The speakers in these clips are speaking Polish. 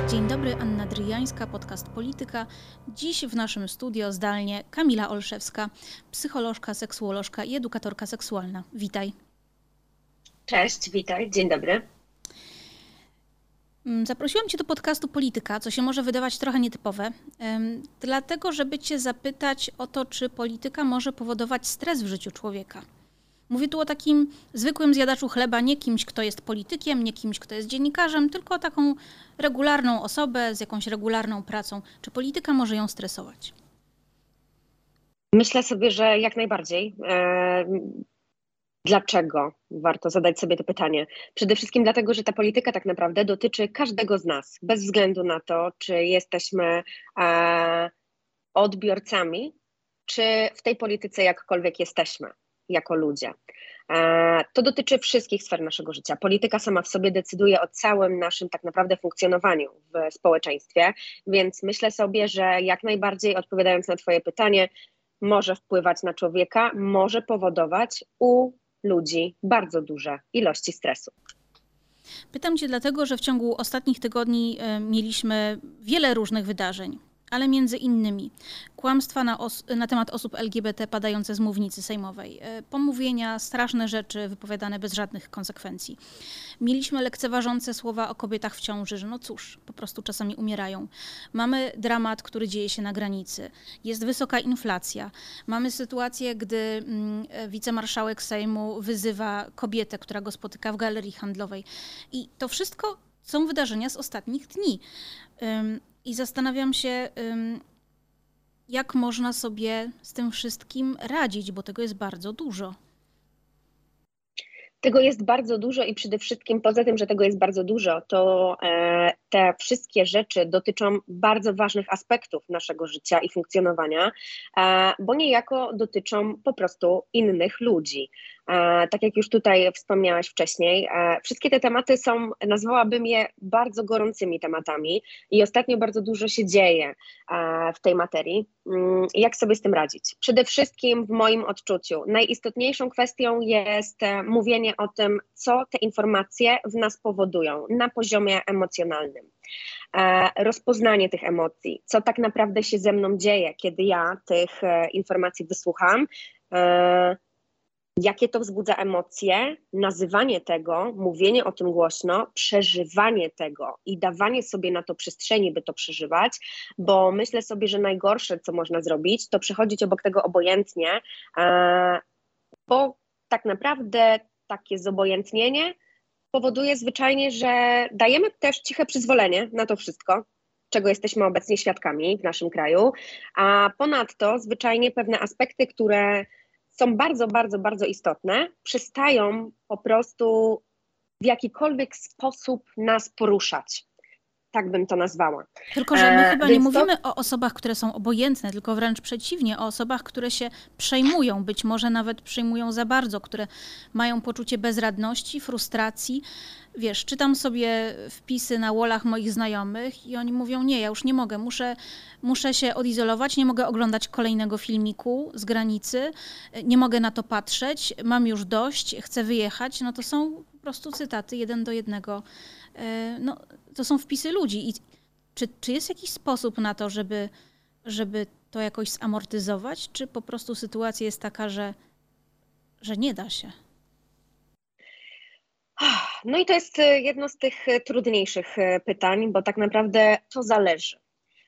Dzień dobry, Anna Dryjańska, podcast Polityka. Dziś w naszym studio zdalnie Kamila Olszewska, psycholożka, seksuolożka i edukatorka seksualna. Witaj. Cześć, witaj, dzień dobry. Zaprosiłam Cię do podcastu Polityka, co się może wydawać trochę nietypowe, dlatego żeby Cię zapytać o to, czy polityka może powodować stres w życiu człowieka. Mówię tu o takim zwykłym zjadaczu chleba, nie kimś, kto jest politykiem, nie kimś, kto jest dziennikarzem, tylko taką regularną osobę z jakąś regularną pracą. Czy polityka może ją stresować? Myślę sobie, że jak najbardziej. Dlaczego warto zadać sobie to pytanie? Przede wszystkim dlatego, że ta polityka tak naprawdę dotyczy każdego z nas, bez względu na to, czy jesteśmy odbiorcami, czy w tej polityce jakkolwiek jesteśmy jako ludzie. To dotyczy wszystkich sfer naszego życia. Polityka sama w sobie decyduje o całym naszym tak naprawdę funkcjonowaniu w społeczeństwie, więc myślę sobie, że jak najbardziej, odpowiadając na Twoje pytanie, może wpływać na człowieka, może powodować u ludzi bardzo duże ilości stresu. Pytam Cię dlatego, że w ciągu ostatnich tygodni mieliśmy wiele różnych wydarzeń, ale między innymi kłamstwa na temat osób LGBT padające z mównicy sejmowej, pomówienia, straszne rzeczy wypowiadane bez żadnych konsekwencji. Mieliśmy lekceważące słowa o kobietach w ciąży, że no cóż, po prostu czasami umierają. Mamy dramat, który dzieje się na granicy. Jest wysoka inflacja. Mamy sytuację, gdy wicemarszałek Sejmu wyzywa kobietę, która go spotyka w galerii handlowej. I to wszystko są wydarzenia z ostatnich dni. I zastanawiam się, jak można sobie z tym wszystkim radzić, bo tego jest bardzo dużo. Tego jest bardzo dużo i przede wszystkim poza tym, że tego jest bardzo dużo, to te wszystkie rzeczy dotyczą bardzo ważnych aspektów naszego życia i funkcjonowania, bo niejako dotyczą po prostu innych ludzi. Tak jak już tutaj wspomniałaś wcześniej, wszystkie te tematy są, nazwałabym je bardzo gorącymi tematami i ostatnio bardzo dużo się dzieje w tej materii. Jak sobie z tym radzić? Przede wszystkim w moim odczuciu najistotniejszą kwestią jest mówienie o tym, co te informacje w nas powodują na poziomie emocjonalnym. Rozpoznanie tych emocji, co tak naprawdę się ze mną dzieje, kiedy ja tych informacji wysłucham, jakie to wzbudza emocje, nazywanie tego, mówienie o tym głośno, przeżywanie tego i dawanie sobie na to przestrzeni, by to przeżywać, bo myślę sobie, że najgorsze, co można zrobić, to przechodzić obok tego obojętnie, bo tak naprawdę takie zobojętnienie powoduje zwyczajnie, że dajemy też ciche przyzwolenie na to wszystko, czego jesteśmy obecnie świadkami w naszym kraju, a ponadto zwyczajnie pewne aspekty, które są bardzo, bardzo, bardzo istotne, przestają po prostu w jakikolwiek sposób nas poruszać. Tak bym to nazwała. Tylko, że my chyba nie mówimy o osobach, które są obojętne, tylko wręcz przeciwnie, o osobach, które się przejmują, być może nawet przejmują za bardzo, które mają poczucie bezradności, frustracji. Wiesz, czytam sobie wpisy na wallach moich znajomych i oni mówią, nie, ja już nie mogę, muszę się odizolować, nie mogę oglądać kolejnego filmiku z granicy, nie mogę na to patrzeć, mam już dość, chcę wyjechać. No to są po prostu cytaty 1 do 1. No, to są wpisy ludzi. I czy jest jakiś sposób na to, żeby to jakoś zamortyzować, czy po prostu sytuacja jest taka, że nie da się? No i to jest jedno z tych trudniejszych pytań, bo tak naprawdę to zależy.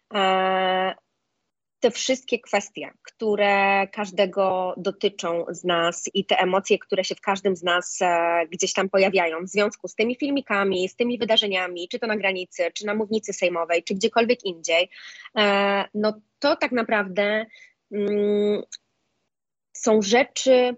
Te wszystkie kwestie, które każdego dotyczą z nas i te emocje, które się w każdym z nas gdzieś tam pojawiają w związku z tymi filmikami, z tymi wydarzeniami, czy to na granicy, czy na mównicy sejmowej, czy gdziekolwiek indziej, no to tak naprawdę są rzeczy.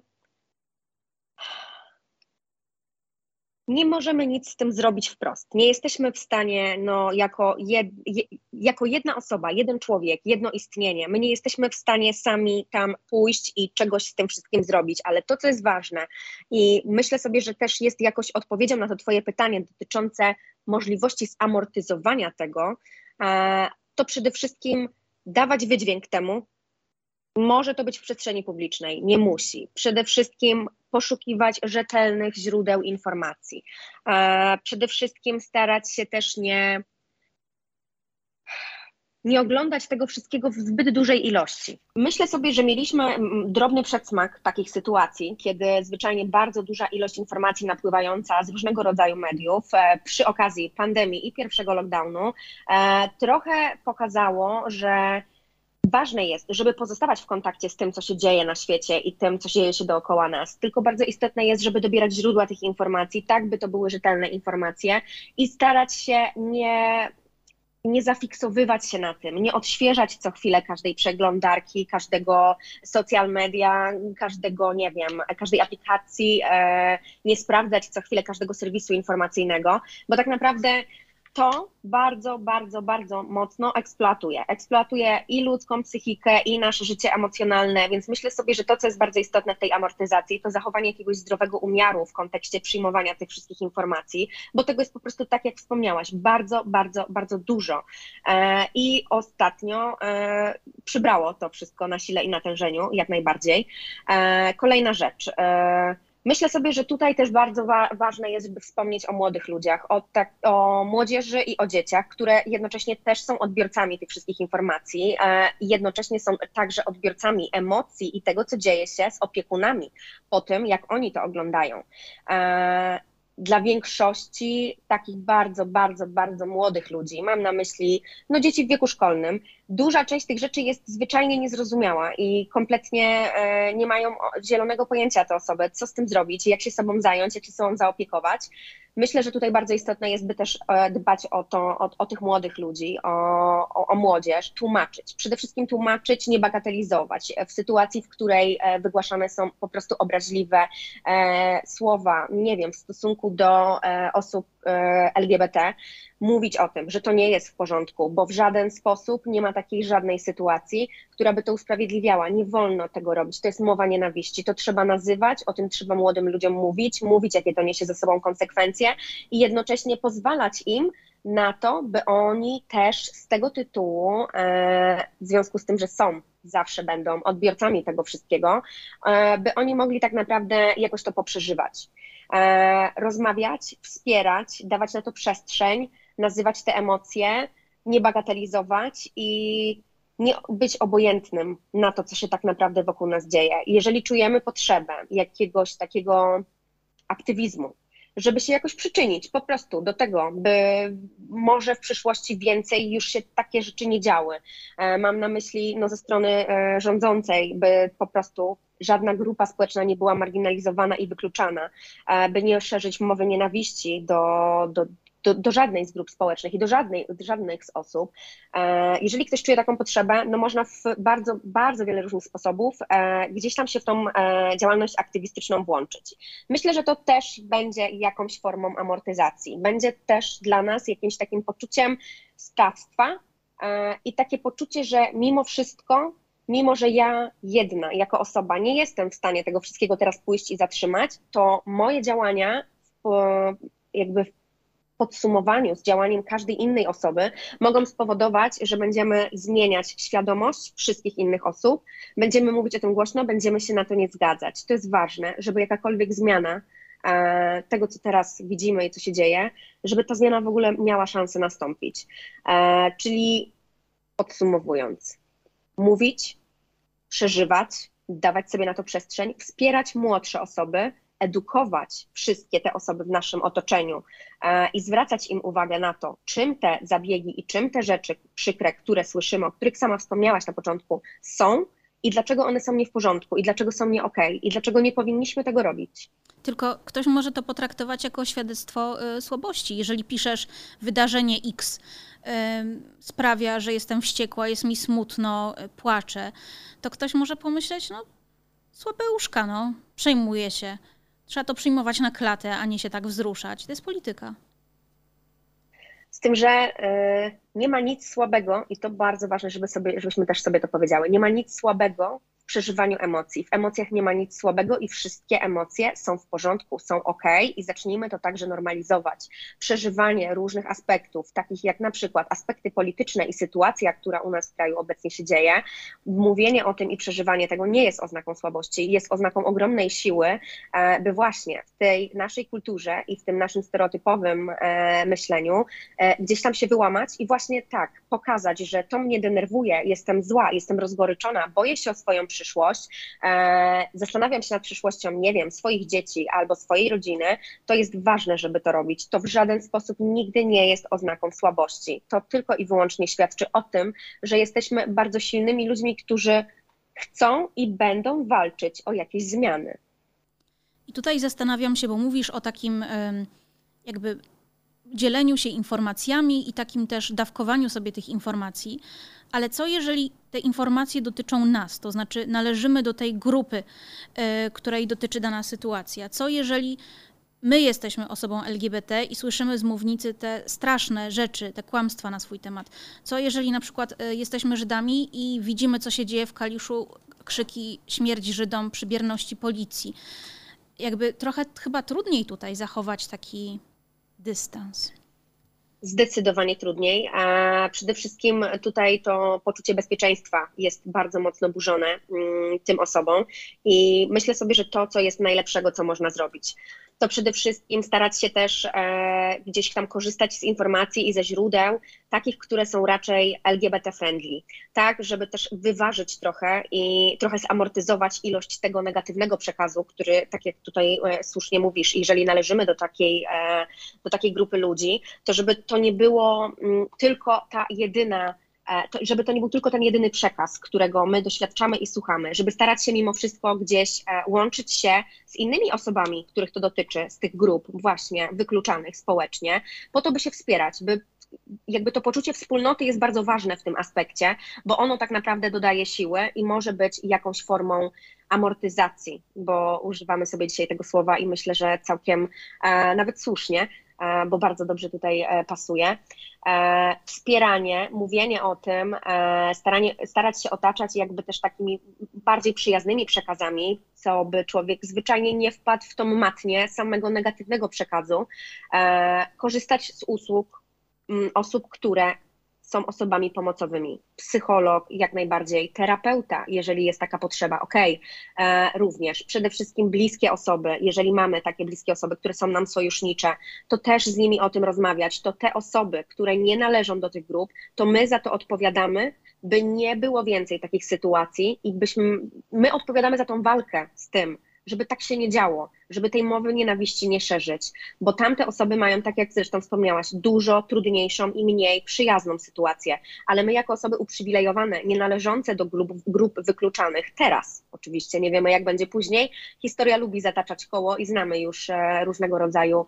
Nie możemy nic z tym zrobić wprost. Nie jesteśmy w stanie, no, jako jedna osoba, jeden człowiek, jedno istnienie, my nie jesteśmy w stanie sami tam pójść i czegoś z tym wszystkim zrobić, ale to, co jest ważne i myślę sobie, że też jest jakoś odpowiedzią na to Twoje pytanie dotyczące możliwości zamortyzowania tego, to przede wszystkim dawać wydźwięk temu. Może to być w przestrzeni publicznej, nie musi. Przede wszystkim poszukiwać rzetelnych źródeł informacji. Przede wszystkim starać się też nie oglądać tego wszystkiego w zbyt dużej ilości. Myślę sobie, że mieliśmy drobny przedsmak takich sytuacji, kiedy zwyczajnie bardzo duża ilość informacji napływająca z różnego rodzaju mediów przy okazji pandemii i pierwszego lockdownu trochę pokazało, że ważne jest, żeby pozostawać w kontakcie z tym, co się dzieje na świecie i tym, co dzieje się dookoła nas. Tylko bardzo istotne jest, żeby dobierać źródła tych informacji, tak by to były rzetelne informacje i starać się nie zafiksowywać się na tym, nie odświeżać co chwilę każdej przeglądarki, każdego social media, każdego, nie wiem, każdej aplikacji, nie sprawdzać co chwilę każdego serwisu informacyjnego, bo tak naprawdę to bardzo, bardzo, bardzo mocno eksploatuje. Eksploatuje i ludzką psychikę, i nasze życie emocjonalne, więc myślę sobie, że to, co jest bardzo istotne w tej amortyzacji, to zachowanie jakiegoś zdrowego umiaru w kontekście przyjmowania tych wszystkich informacji, bo tego jest po prostu, tak jak wspomniałaś, bardzo, bardzo, bardzo dużo. I ostatnio przybrało to wszystko na sile i natężeniu, jak najbardziej. Kolejna rzecz. Myślę sobie, że tutaj też bardzo ważne jest, by wspomnieć o młodych ludziach, o młodzieży i o dzieciach, które jednocześnie też są odbiorcami tych wszystkich informacji i jednocześnie są także odbiorcami emocji i tego, co dzieje się z opiekunami po tym, jak oni to oglądają. Dla większości takich bardzo, bardzo, bardzo młodych ludzi, mam na myśli dzieci w wieku szkolnym, duża część tych rzeczy jest zwyczajnie niezrozumiała i kompletnie nie mają zielonego pojęcia te osoby, co z tym zrobić, jak się sobą zająć, jak się sobą zaopiekować. Myślę, że tutaj bardzo istotne jest, by też dbać o tych młodych ludzi, o młodzież, tłumaczyć. Przede wszystkim tłumaczyć, nie bagatelizować. W sytuacji, w której wygłaszane są po prostu obraźliwe słowa, nie wiem, w stosunku do osób LGBT, mówić o tym, że to nie jest w porządku, bo w żaden sposób nie ma takiej żadnej sytuacji, która by to usprawiedliwiała. Nie wolno tego robić. To jest mowa nienawiści. To trzeba nazywać, o tym trzeba młodym ludziom mówić, jakie to niesie ze sobą konsekwencje i jednocześnie pozwalać im na to, by oni też z tego tytułu, w związku z tym, że zawsze będą odbiorcami tego wszystkiego, by oni mogli tak naprawdę jakoś to poprzeżywać. Rozmawiać, wspierać, dawać na to przestrzeń, nazywać te emocje, nie bagatelizować i nie być obojętnym na to, co się tak naprawdę wokół nas dzieje. Jeżeli czujemy potrzebę jakiegoś takiego aktywizmu, żeby się jakoś przyczynić po prostu do tego, by może w przyszłości więcej już się takie rzeczy nie działy. Mam na myśli ze strony rządzącej, by po prostu żadna grupa społeczna nie była marginalizowana i wykluczana, by nie szerzyć mowy nienawiści do żadnej z grup społecznych i do żadnych z osób. Jeżeli ktoś czuje taką potrzebę, można w bardzo, bardzo wiele różnych sposobów gdzieś tam się w tą działalność aktywistyczną włączyć. Myślę, że to też będzie jakąś formą amortyzacji. Będzie też dla nas jakimś takim poczuciem sprawstwa i takie poczucie, że mimo wszystko, mimo że ja jedna jako osoba nie jestem w stanie tego wszystkiego teraz pójść i zatrzymać, to moje działania w podsumowaniu z działaniem każdej innej osoby mogą spowodować, że będziemy zmieniać świadomość wszystkich innych osób, będziemy mówić o tym głośno, będziemy się na to nie zgadzać. To jest ważne, żeby jakakolwiek zmiana tego, co teraz widzimy i co się dzieje, żeby ta zmiana w ogóle miała szansę nastąpić. Czyli podsumowując, mówić, przeżywać, dawać sobie na to przestrzeń, wspierać młodsze osoby, edukować wszystkie te osoby w naszym otoczeniu i zwracać im uwagę na to, czym te zabiegi i czym te rzeczy przykre, które słyszymy, o których sama wspomniałaś na początku, są i dlaczego one są nie w porządku i dlaczego są nie okej i dlaczego nie powinniśmy tego robić. Tylko ktoś może to potraktować jako świadectwo słabości. Jeżeli piszesz wydarzenie X sprawia, że jestem wściekła, jest mi smutno, płaczę, to ktoś może pomyśleć, słabeuszka, przejmuje się. Trzeba to przyjmować na klatę, a nie się tak wzruszać. To jest polityka. Z tym, że nie ma nic słabego i to bardzo ważne, żebyśmy też sobie to powiedziały, nie ma nic słabego w przeżywaniu emocji. W emocjach nie ma nic słabego i wszystkie emocje są w porządku, są okej i zacznijmy to także normalizować. Przeżywanie różnych aspektów, takich jak na przykład aspekty polityczne i sytuacja, która u nas w kraju obecnie się dzieje, mówienie o tym i przeżywanie tego nie jest oznaką słabości, jest oznaką ogromnej siły, by właśnie w tej naszej kulturze i w tym naszym stereotypowym myśleniu gdzieś tam się wyłamać i właśnie tak, pokazać, że to mnie denerwuje, jestem zła, jestem rozgoryczona, boję się o swoją przyszłość, zastanawiam się nad przyszłością, nie wiem, swoich dzieci albo swojej rodziny, to jest ważne, żeby to robić. To w żaden sposób nigdy nie jest oznaką słabości. To tylko i wyłącznie świadczy o tym, że jesteśmy bardzo silnymi ludźmi, którzy chcą i będą walczyć o jakieś zmiany. I tutaj zastanawiam się, bo mówisz o takim jakby dzieleniu się informacjami i takim też dawkowaniu sobie tych informacji, ale co jeżeli te informacje dotyczą nas, to znaczy należymy do tej grupy, której dotyczy dana sytuacja? Co jeżeli my jesteśmy osobą LGBT i słyszymy z mównicy te straszne rzeczy, te kłamstwa na swój temat? Co jeżeli na przykład jesteśmy Żydami i widzimy, co się dzieje w Kaliszu, krzyki śmierć Żydom przy bierności policji? Jakby trochę chyba trudniej tutaj zachować taki dystans. Zdecydowanie trudniej, a przede wszystkim tutaj to poczucie bezpieczeństwa jest bardzo mocno burzone tym osobom i myślę sobie, że to, co jest najlepszego, co można zrobić, to przede wszystkim starać się też gdzieś tam korzystać z informacji i ze źródeł takich, które są raczej LGBT-friendly, tak, żeby też wyważyć trochę i trochę zamortyzować ilość tego negatywnego przekazu, który, tak jak tutaj słusznie mówisz, jeżeli należymy do takiej grupy ludzi, to żeby to nie było tylko ta jedyna, żeby to nie był tylko ten jedyny przekaz, którego my doświadczamy i słuchamy, żeby starać się mimo wszystko gdzieś łączyć się z innymi osobami, których to dotyczy, z tych grup właśnie wykluczanych społecznie, po to, by się wspierać, by jakby to poczucie wspólnoty jest bardzo ważne w tym aspekcie, bo ono tak naprawdę dodaje siły i może być jakąś formą amortyzacji, bo używamy sobie dzisiaj tego słowa i myślę, że całkiem nawet słusznie, bo bardzo dobrze tutaj pasuje. Wspieranie, mówienie o tym, starać się otaczać jakby też takimi bardziej przyjaznymi przekazami, co by człowiek zwyczajnie nie wpadł w tą matnię samego negatywnego przekazu, korzystać z usług osób, które są osobami pomocowymi, psycholog jak najbardziej, terapeuta, jeżeli jest taka potrzeba, również przede wszystkim bliskie osoby, jeżeli mamy takie bliskie osoby, które są nam sojusznicze, to też z nimi o tym rozmawiać, to te osoby, które nie należą do tych grup, to my za to odpowiadamy, by nie było więcej takich sytuacji i my odpowiadamy za tą walkę z tym, żeby tak się nie działo, żeby tej mowy nienawiści nie szerzyć, bo tamte osoby mają, tak jak zresztą wspomniałaś, dużo trudniejszą i mniej przyjazną sytuację, ale my jako osoby uprzywilejowane, nie należące do grup wykluczanych, teraz oczywiście, nie wiemy jak będzie później, historia lubi zataczać koło i znamy już różnego rodzaju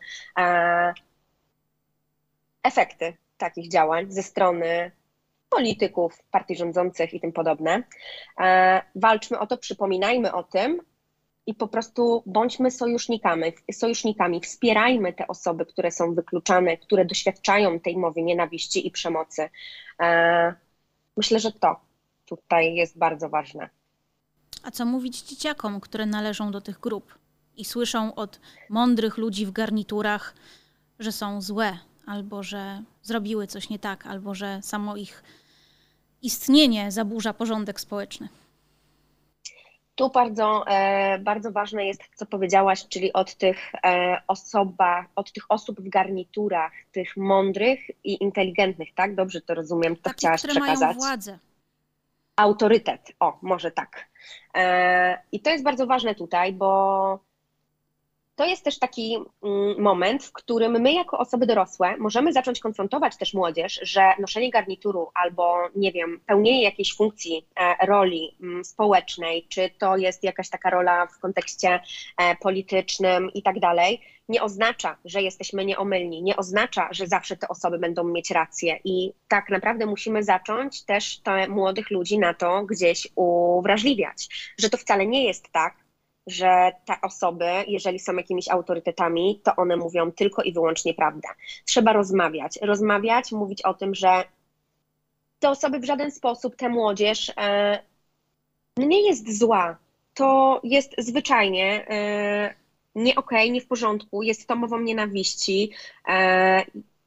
efekty takich działań ze strony polityków, partii rządzących i tym podobne. Walczmy o to, przypominajmy o tym, i po prostu bądźmy sojusznikami, wspierajmy te osoby, które są wykluczane, które doświadczają tej mowy nienawiści i przemocy. Myślę, że to tutaj jest bardzo ważne. A co mówić dzieciakom, które należą do tych grup i słyszą od mądrych ludzi w garniturach, że są złe, albo że zrobiły coś nie tak, albo że samo ich istnienie zaburza porządek społeczny? Tu bardzo ważne jest, co powiedziałaś, czyli od tych osób w garniturach, tych mądrych i inteligentnych, tak? Dobrze to rozumiem, to chciałaś przekazać. Które mają władzę. Autorytet, może tak. I to jest bardzo ważne tutaj, bo to jest też taki moment, w którym my jako osoby dorosłe możemy zacząć konfrontować też młodzież, że noszenie garnituru albo, nie wiem, pełnienie jakiejś funkcji, roli społecznej, czy to jest jakaś taka rola w kontekście politycznym i tak dalej, nie oznacza, że jesteśmy nieomylni, nie oznacza, że zawsze te osoby będą mieć rację i tak naprawdę musimy zacząć też te młodych ludzi na to gdzieś uwrażliwiać, że to wcale nie jest tak, że te osoby, jeżeli są jakimiś autorytetami, to one mówią tylko i wyłącznie prawdę. Trzeba rozmawiać, mówić o tym, że te osoby w żaden sposób, ta młodzież nie jest zła. To jest zwyczajnie nie okej, nie w porządku, jest to mową nienawiści.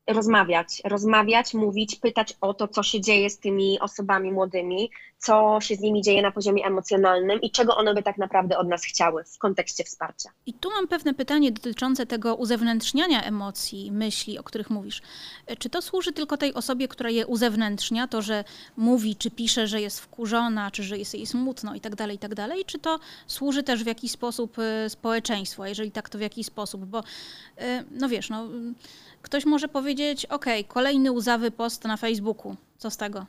rozmawiać, mówić, pytać o to, co się dzieje z tymi osobami młodymi, co się z nimi dzieje na poziomie emocjonalnym i czego one by tak naprawdę od nas chciały w kontekście wsparcia. I tu mam pewne pytanie dotyczące tego uzewnętrzniania emocji, myśli, o których mówisz. Czy to służy tylko tej osobie, która je uzewnętrznia, to, że mówi czy pisze, że jest wkurzona, czy że jest jej smutno i tak dalej, czy to służy też w jakiś sposób społeczeństwu, a jeżeli tak, to w jaki sposób? Bo no wiesz, no, ktoś może powiedzieć, okej, kolejny łzawy post na Facebooku, co z tego?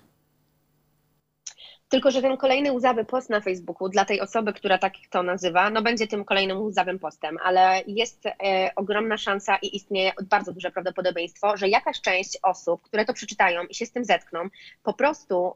Tylko że ten kolejny łzawy post na Facebooku dla tej osoby, która tak to nazywa, no będzie tym kolejnym łzawym postem, ale jest ogromna szansa i istnieje bardzo duże prawdopodobieństwo, że jakaś część osób, które to przeczytają i się z tym zetkną, po prostu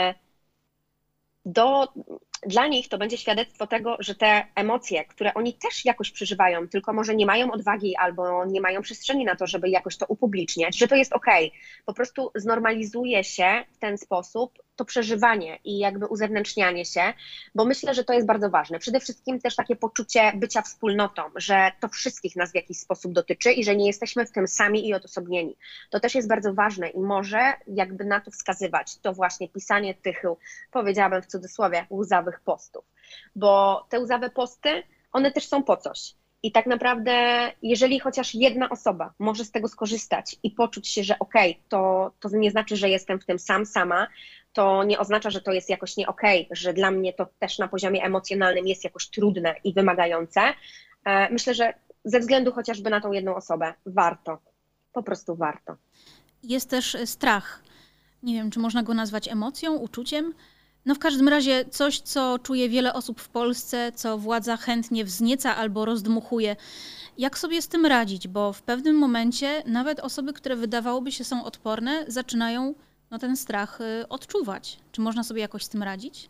dla nich to będzie świadectwo tego, że te emocje, które oni też jakoś przeżywają, tylko może nie mają odwagi albo nie mają przestrzeni na to, żeby jakoś to upubliczniać, że to jest okej. Po prostu znormalizuje się w ten sposób to przeżywanie i jakby uzewnętrznianie się, bo myślę, że to jest bardzo ważne. Przede wszystkim też takie poczucie bycia wspólnotą, że to wszystkich nas w jakiś sposób dotyczy i że nie jesteśmy w tym sami i odosobnieni. To też jest bardzo ważne i może jakby na to wskazywać to właśnie pisanie tych, powiedziałabym w cudzysłowie, łzawych postów, bo te łzawe posty, one też są po coś. I tak naprawdę, jeżeli chociaż jedna osoba może z tego skorzystać i poczuć się, że okej, to nie znaczy, że jestem w tym sama, to nie oznacza, że to jest jakoś nie okej, że dla mnie to też na poziomie emocjonalnym jest jakoś trudne i wymagające. Myślę, że ze względu chociażby na tą jedną osobę warto, po prostu warto. Jest też strach. Nie wiem, czy można go nazwać emocją, uczuciem? No w każdym razie coś, co czuje wiele osób w Polsce, co władza chętnie wznieca albo rozdmuchuje. Jak sobie z tym radzić? Bo w pewnym momencie nawet osoby, które wydawałoby się są odporne, zaczynają ten strach odczuwać. Czy można sobie jakoś z tym radzić?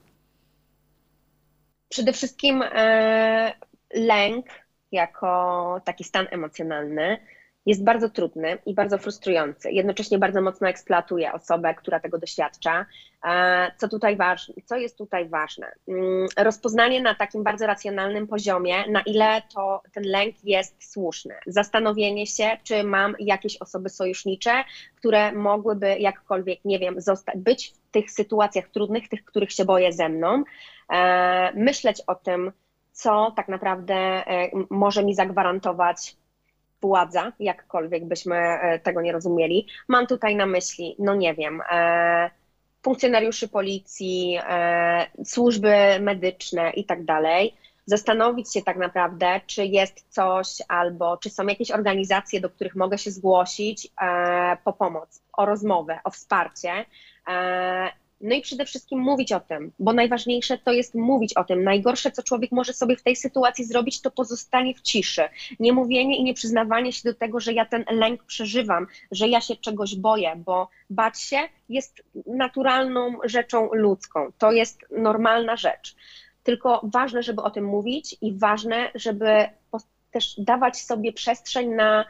Przede wszystkim lęk jako taki stan emocjonalny jest bardzo trudny i bardzo frustrujący. Jednocześnie bardzo mocno eksploatuje osobę, która tego doświadcza. Co jest tutaj ważne? Rozpoznanie na takim bardzo racjonalnym poziomie, na ile ten lęk jest słuszny. Zastanowienie się, czy mam jakieś osoby sojusznicze, które mogłyby jakkolwiek, nie wiem, być w tych sytuacjach trudnych, tych, których się boję ze mną. Myśleć o tym, co tak naprawdę może mi zagwarantować władza, jakkolwiek byśmy tego nie rozumieli. Mam tutaj na myśli, no nie wiem, funkcjonariuszy policji, służby medyczne i tak dalej. Zastanowić się tak naprawdę, czy jest coś albo czy są jakieś organizacje, do których mogę się zgłosić po pomoc, o rozmowę, o wsparcie. No i przede wszystkim mówić o tym, bo najważniejsze to jest mówić o tym. Najgorsze, co człowiek może sobie w tej sytuacji zrobić, to pozostanie w ciszy. Nie mówienie i nie przyznawanie się do tego, że ja ten lęk przeżywam, że ja się czegoś boję, bo bać się jest naturalną rzeczą ludzką. To jest normalna rzecz. Tylko ważne, żeby o tym mówić i ważne, żeby też dawać sobie przestrzeń na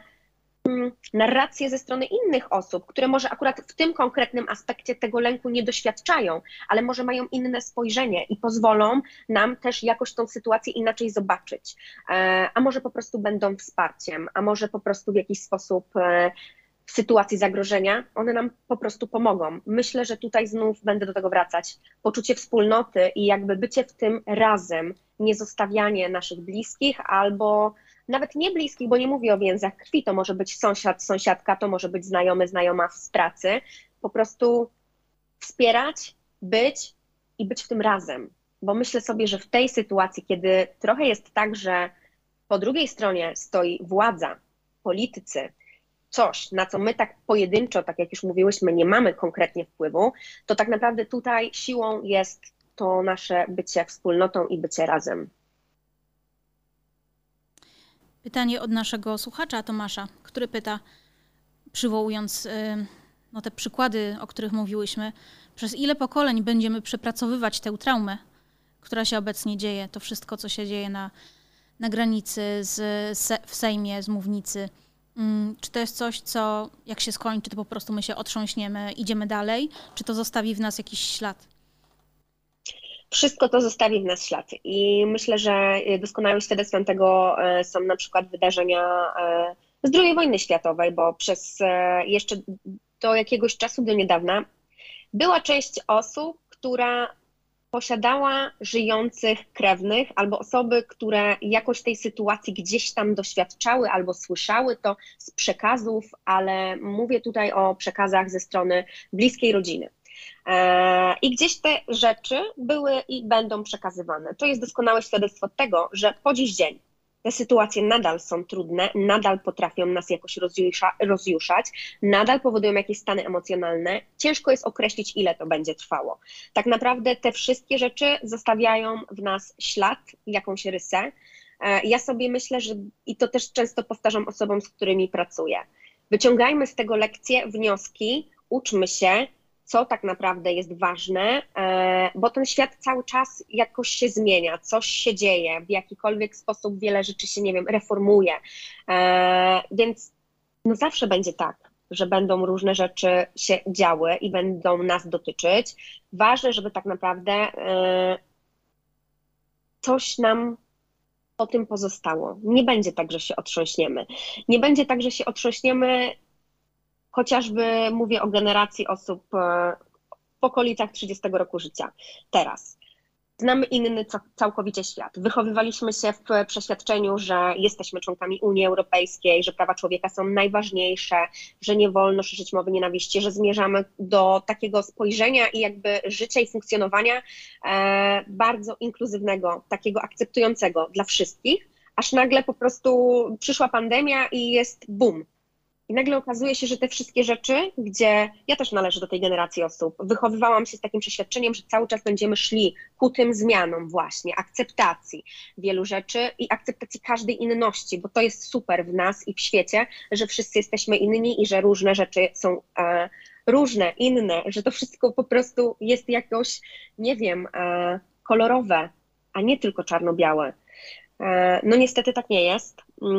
narracje ze strony innych osób, które może akurat w tym konkretnym aspekcie tego lęku nie doświadczają, ale może mają inne spojrzenie i pozwolą nam też jakoś tą sytuację inaczej zobaczyć. A może po prostu będą wsparciem, a może po prostu w jakiś sposób w sytuacji zagrożenia one nam po prostu pomogą. Myślę, że tutaj znów będę do tego wracać. Poczucie wspólnoty i jakby bycie w tym razem, nie zostawianie naszych bliskich albo nawet nie bliskich, bo nie mówię o więzach krwi, to może być sąsiad, sąsiadka, to może być znajomy, znajoma z pracy. Po prostu wspierać, być i być w tym razem. Bo myślę sobie, że w tej sytuacji, kiedy trochę jest tak, że po drugiej stronie stoi władza, politycy, coś, na co my tak pojedynczo, tak jak już mówiłyśmy, nie mamy konkretnie wpływu, to tak naprawdę tutaj siłą jest to nasze bycie wspólnotą i bycie razem. Pytanie od naszego słuchacza Tomasza, który pyta, przywołując te przykłady, o których mówiłyśmy, przez ile pokoleń będziemy przepracowywać tę traumę, która się obecnie dzieje, to wszystko, co się dzieje na granicy, w Sejmie, z mównicy. Czy to jest coś, co jak się skończy, to po prostu my się otrząśniemy, idziemy dalej, czy to zostawi w nas jakiś ślad? Wszystko to zostawi w nas ślad i myślę, że doskonałym świadectwem tego są na przykład wydarzenia z II wojny światowej, bo przez jeszcze do jakiegoś czasu, do niedawna, była część osób, która posiadała żyjących krewnych albo osoby, które jakoś tej sytuacji gdzieś tam doświadczały albo słyszały to z przekazów, ale mówię tutaj o przekazach ze strony bliskiej rodziny. I gdzieś te rzeczy były i będą przekazywane. To jest doskonałe świadectwo tego, że po dziś dzień te sytuacje nadal są trudne, nadal potrafią nas jakoś rozjuszać, nadal powodują jakieś stany emocjonalne. Ciężko jest określić, ile to będzie trwało. Tak naprawdę te wszystkie rzeczy zostawiają w nas ślad, jakąś rysę. Ja sobie myślę, że i to też często powtarzam osobom, z którymi pracuję. Wyciągajmy z tego lekcje, wnioski, uczmy się, co tak naprawdę jest ważne, bo ten świat cały czas jakoś się zmienia, coś się dzieje, w jakikolwiek sposób wiele rzeczy się, nie wiem, reformuje, więc no zawsze będzie tak, że będą różne rzeczy się działy i będą nas dotyczyć. Ważne, żeby tak naprawdę coś nam po tym pozostało. Nie będzie tak, że się otrząśniemy. Nie będzie tak, że się otrząśniemy. Chociażby mówię o generacji osób w okolicach 30 roku życia. Teraz znamy inny całkowicie świat. Wychowywaliśmy się w przeświadczeniu, że jesteśmy członkami Unii Europejskiej, że prawa człowieka są najważniejsze, że nie wolno szerzyć mowy nienawiści, że zmierzamy do takiego spojrzenia i jakby życia i funkcjonowania bardzo inkluzywnego, takiego akceptującego dla wszystkich, aż nagle po prostu przyszła pandemia i jest boom. I nagle okazuje się, że te wszystkie rzeczy, gdzie ja też należę do tej generacji osób, wychowywałam się z takim przeświadczeniem, że cały czas będziemy szli ku tym zmianom właśnie, akceptacji wielu rzeczy i akceptacji każdej inności, bo to jest super w nas i w świecie, że wszyscy jesteśmy inni i że różne rzeczy są różne, inne, że to wszystko po prostu jest jakoś, nie wiem, kolorowe, a nie tylko czarno-białe. No niestety tak nie jest.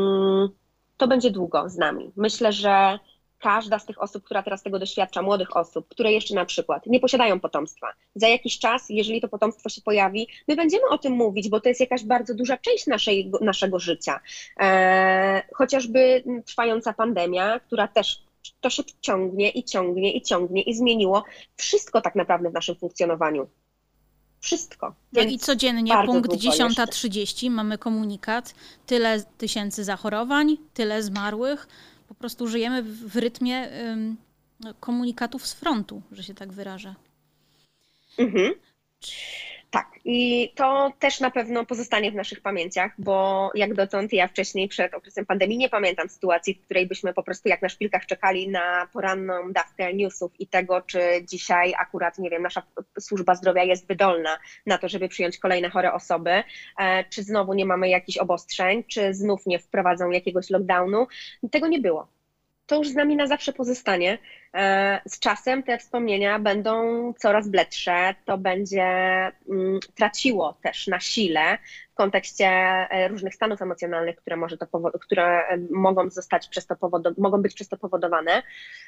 To będzie długo z nami. Myślę, że każda z tych osób, która teraz tego doświadcza, młodych osób, które jeszcze na przykład nie posiadają potomstwa, za jakiś czas, jeżeli to potomstwo się pojawi, my będziemy o tym mówić, bo to jest jakaś bardzo duża część naszego życia. Chociażby trwająca pandemia, która też to się ciągnie i ciągnie i ciągnie i zmieniło wszystko tak naprawdę w naszym funkcjonowaniu. Wszystko. No i codziennie, punkt 10:30, mamy komunikat, tyle tysięcy zachorowań, tyle zmarłych. Po prostu żyjemy w rytmie komunikatów z frontu, że się tak wyrażę. Mhm. Tak, i to też na pewno pozostanie w naszych pamięciach, bo jak dotąd ja wcześniej przed okresem pandemii nie pamiętam sytuacji, w której byśmy po prostu jak na szpilkach czekali na poranną dawkę newsów i tego, czy dzisiaj akurat, nie wiem, nasza służba zdrowia jest wydolna na to, żeby przyjąć kolejne chore osoby, czy znowu nie mamy jakichś obostrzeń, czy znów nie wprowadzą jakiegoś lockdownu. Tego nie było. To już z nami na zawsze pozostanie. Z czasem te wspomnienia będą coraz bledsze, to będzie traciło też na sile w kontekście różnych stanów emocjonalnych, które mogą być przez to powodowane,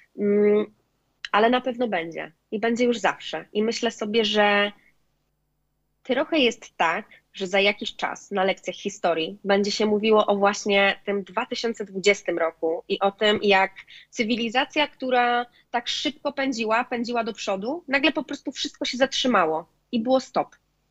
ale na pewno będzie i będzie już zawsze. I myślę sobie, że trochę jest tak, że za jakiś czas na lekcjach historii będzie się mówiło o właśnie tym 2020 roku i o tym, jak cywilizacja, która tak szybko pędziła do przodu, nagle po prostu wszystko się zatrzymało i było stop.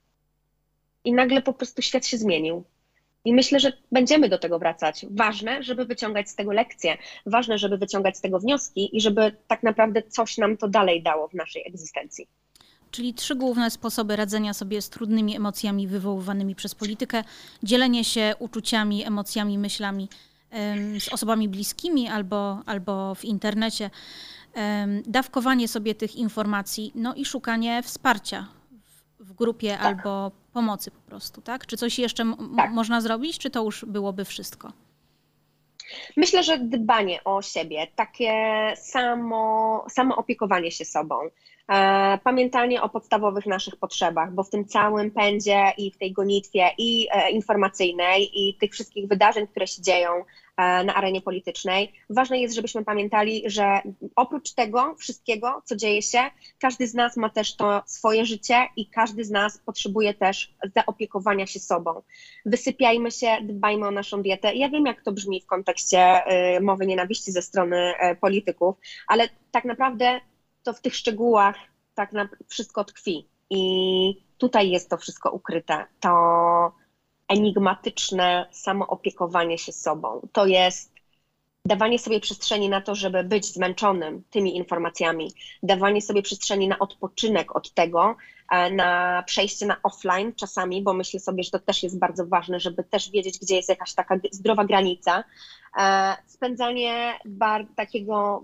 I nagle po prostu świat się zmienił. I myślę, że będziemy do tego wracać. Ważne, żeby wyciągać z tego lekcje, ważne, żeby wyciągać z tego wnioski i żeby tak naprawdę coś nam to dalej dało w naszej egzystencji. Czyli 3 główne sposoby radzenia sobie z trudnymi emocjami wywoływanymi przez politykę. Dzielenie się uczuciami, emocjami, myślami z osobami bliskimi albo w internecie. Dawkowanie sobie tych informacji, no i szukanie wsparcia w grupie tak. Albo pomocy po prostu, tak? Czy coś jeszcze można zrobić, czy to już byłoby wszystko? Myślę, że dbanie o siebie, takie samo opiekowanie się sobą, Pamiętanie o podstawowych naszych potrzebach, bo w tym całym pędzie i w tej gonitwie i informacyjnej i tych wszystkich wydarzeń, które się dzieją na arenie politycznej, ważne jest, żebyśmy pamiętali, że oprócz tego wszystkiego, co dzieje się, każdy z nas ma też to swoje życie i każdy z nas potrzebuje też zaopiekowania się sobą. Wysypiajmy się, dbajmy o naszą dietę. Ja wiem, jak to brzmi w kontekście mowy nienawiści ze strony polityków, ale tak naprawdę to w tych szczegółach tak wszystko tkwi. I tutaj jest to wszystko ukryte. To enigmatyczne samoopiekowanie się sobą. To jest dawanie sobie przestrzeni na to, żeby być zmęczonym tymi informacjami, dawanie sobie przestrzeni na odpoczynek od tego, na przejście na offline czasami, bo myślę sobie, że to też jest bardzo ważne, żeby też wiedzieć, gdzie jest jakaś taka zdrowa granica. Spędzanie takiego,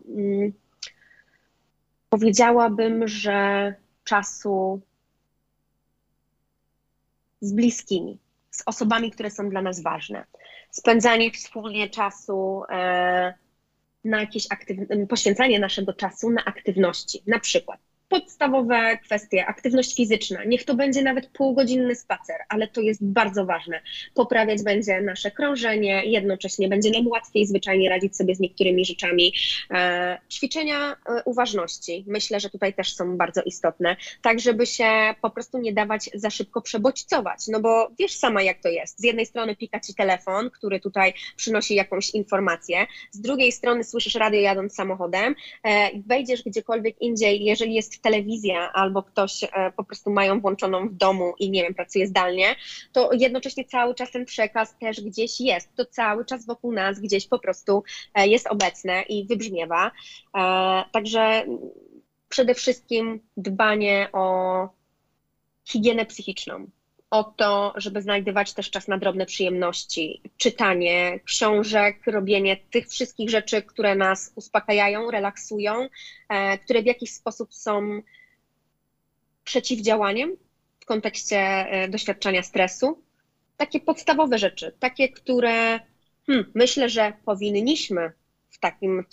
powiedziałabym, że czasu z bliskimi, z osobami, które są dla nas ważne. Spędzanie wspólnie czasu na jakieś poświęcanie naszego czasu na aktywności, na przykład podstawowe kwestie, aktywność fizyczna, niech to będzie nawet półgodzinny spacer, ale to jest bardzo ważne. Poprawiać będzie nasze krążenie, jednocześnie będzie nam łatwiej zwyczajnie radzić sobie z niektórymi rzeczami. Ćwiczenia uważności, myślę, że tutaj też są bardzo istotne, tak żeby się po prostu nie dawać za szybko przebodźcować, no bo wiesz sama, jak to jest. Z jednej strony pika ci telefon, który tutaj przynosi jakąś informację, z drugiej strony słyszysz radio jadąc samochodem, wejdziesz gdziekolwiek indziej, jeżeli jest telewizja albo ktoś po prostu mają włączoną w domu i nie wiem, pracuje zdalnie, to jednocześnie cały czas ten przekaz też gdzieś jest. To cały czas wokół nas gdzieś po prostu jest obecne i wybrzmiewa. Także przede wszystkim dbanie o higienę psychiczną, o to, żeby znajdywać też czas na drobne przyjemności, czytanie książek, robienie tych wszystkich rzeczy, które nas uspokajają, relaksują, które w jakiś sposób są przeciwdziałaniem w kontekście doświadczania stresu. Takie podstawowe rzeczy, takie, które myślę, że powinniśmy w takim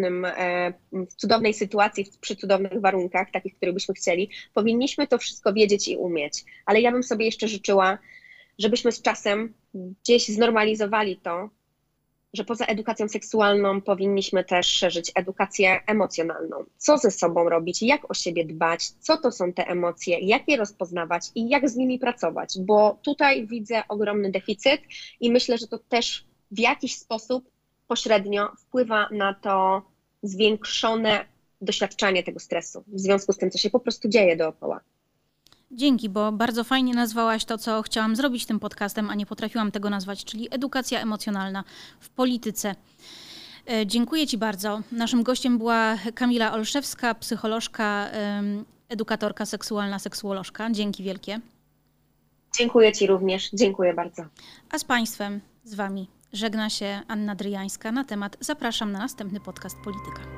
w cudownej sytuacji, przy cudownych warunkach, takich, których byśmy chcieli, powinniśmy to wszystko wiedzieć i umieć. Ale ja bym sobie jeszcze życzyła, żebyśmy z czasem gdzieś znormalizowali to, że poza edukacją seksualną powinniśmy też szerzyć edukację emocjonalną. Co ze sobą robić, jak o siebie dbać, co to są te emocje, jak je rozpoznawać i jak z nimi pracować, bo tutaj widzę ogromny deficyt i myślę, że to też w jakiś sposób pośrednio wpływa na to zwiększone doświadczanie tego stresu w związku z tym, co się po prostu dzieje dookoła. Dzięki, bo bardzo fajnie nazwałaś to, co chciałam zrobić tym podcastem, a nie potrafiłam tego nazwać, czyli edukacja emocjonalna w polityce. Dziękuję Ci bardzo. Naszym gościem była Kamila Olszewska, psycholożka, edukatorka seksualna, seksuolożka. Dzięki wielkie. Dziękuję Ci również. Dziękuję bardzo. A z Państwem, z Wami żegna się Anna Dryjańska. Na temat zapraszam na następny podcast Polityka.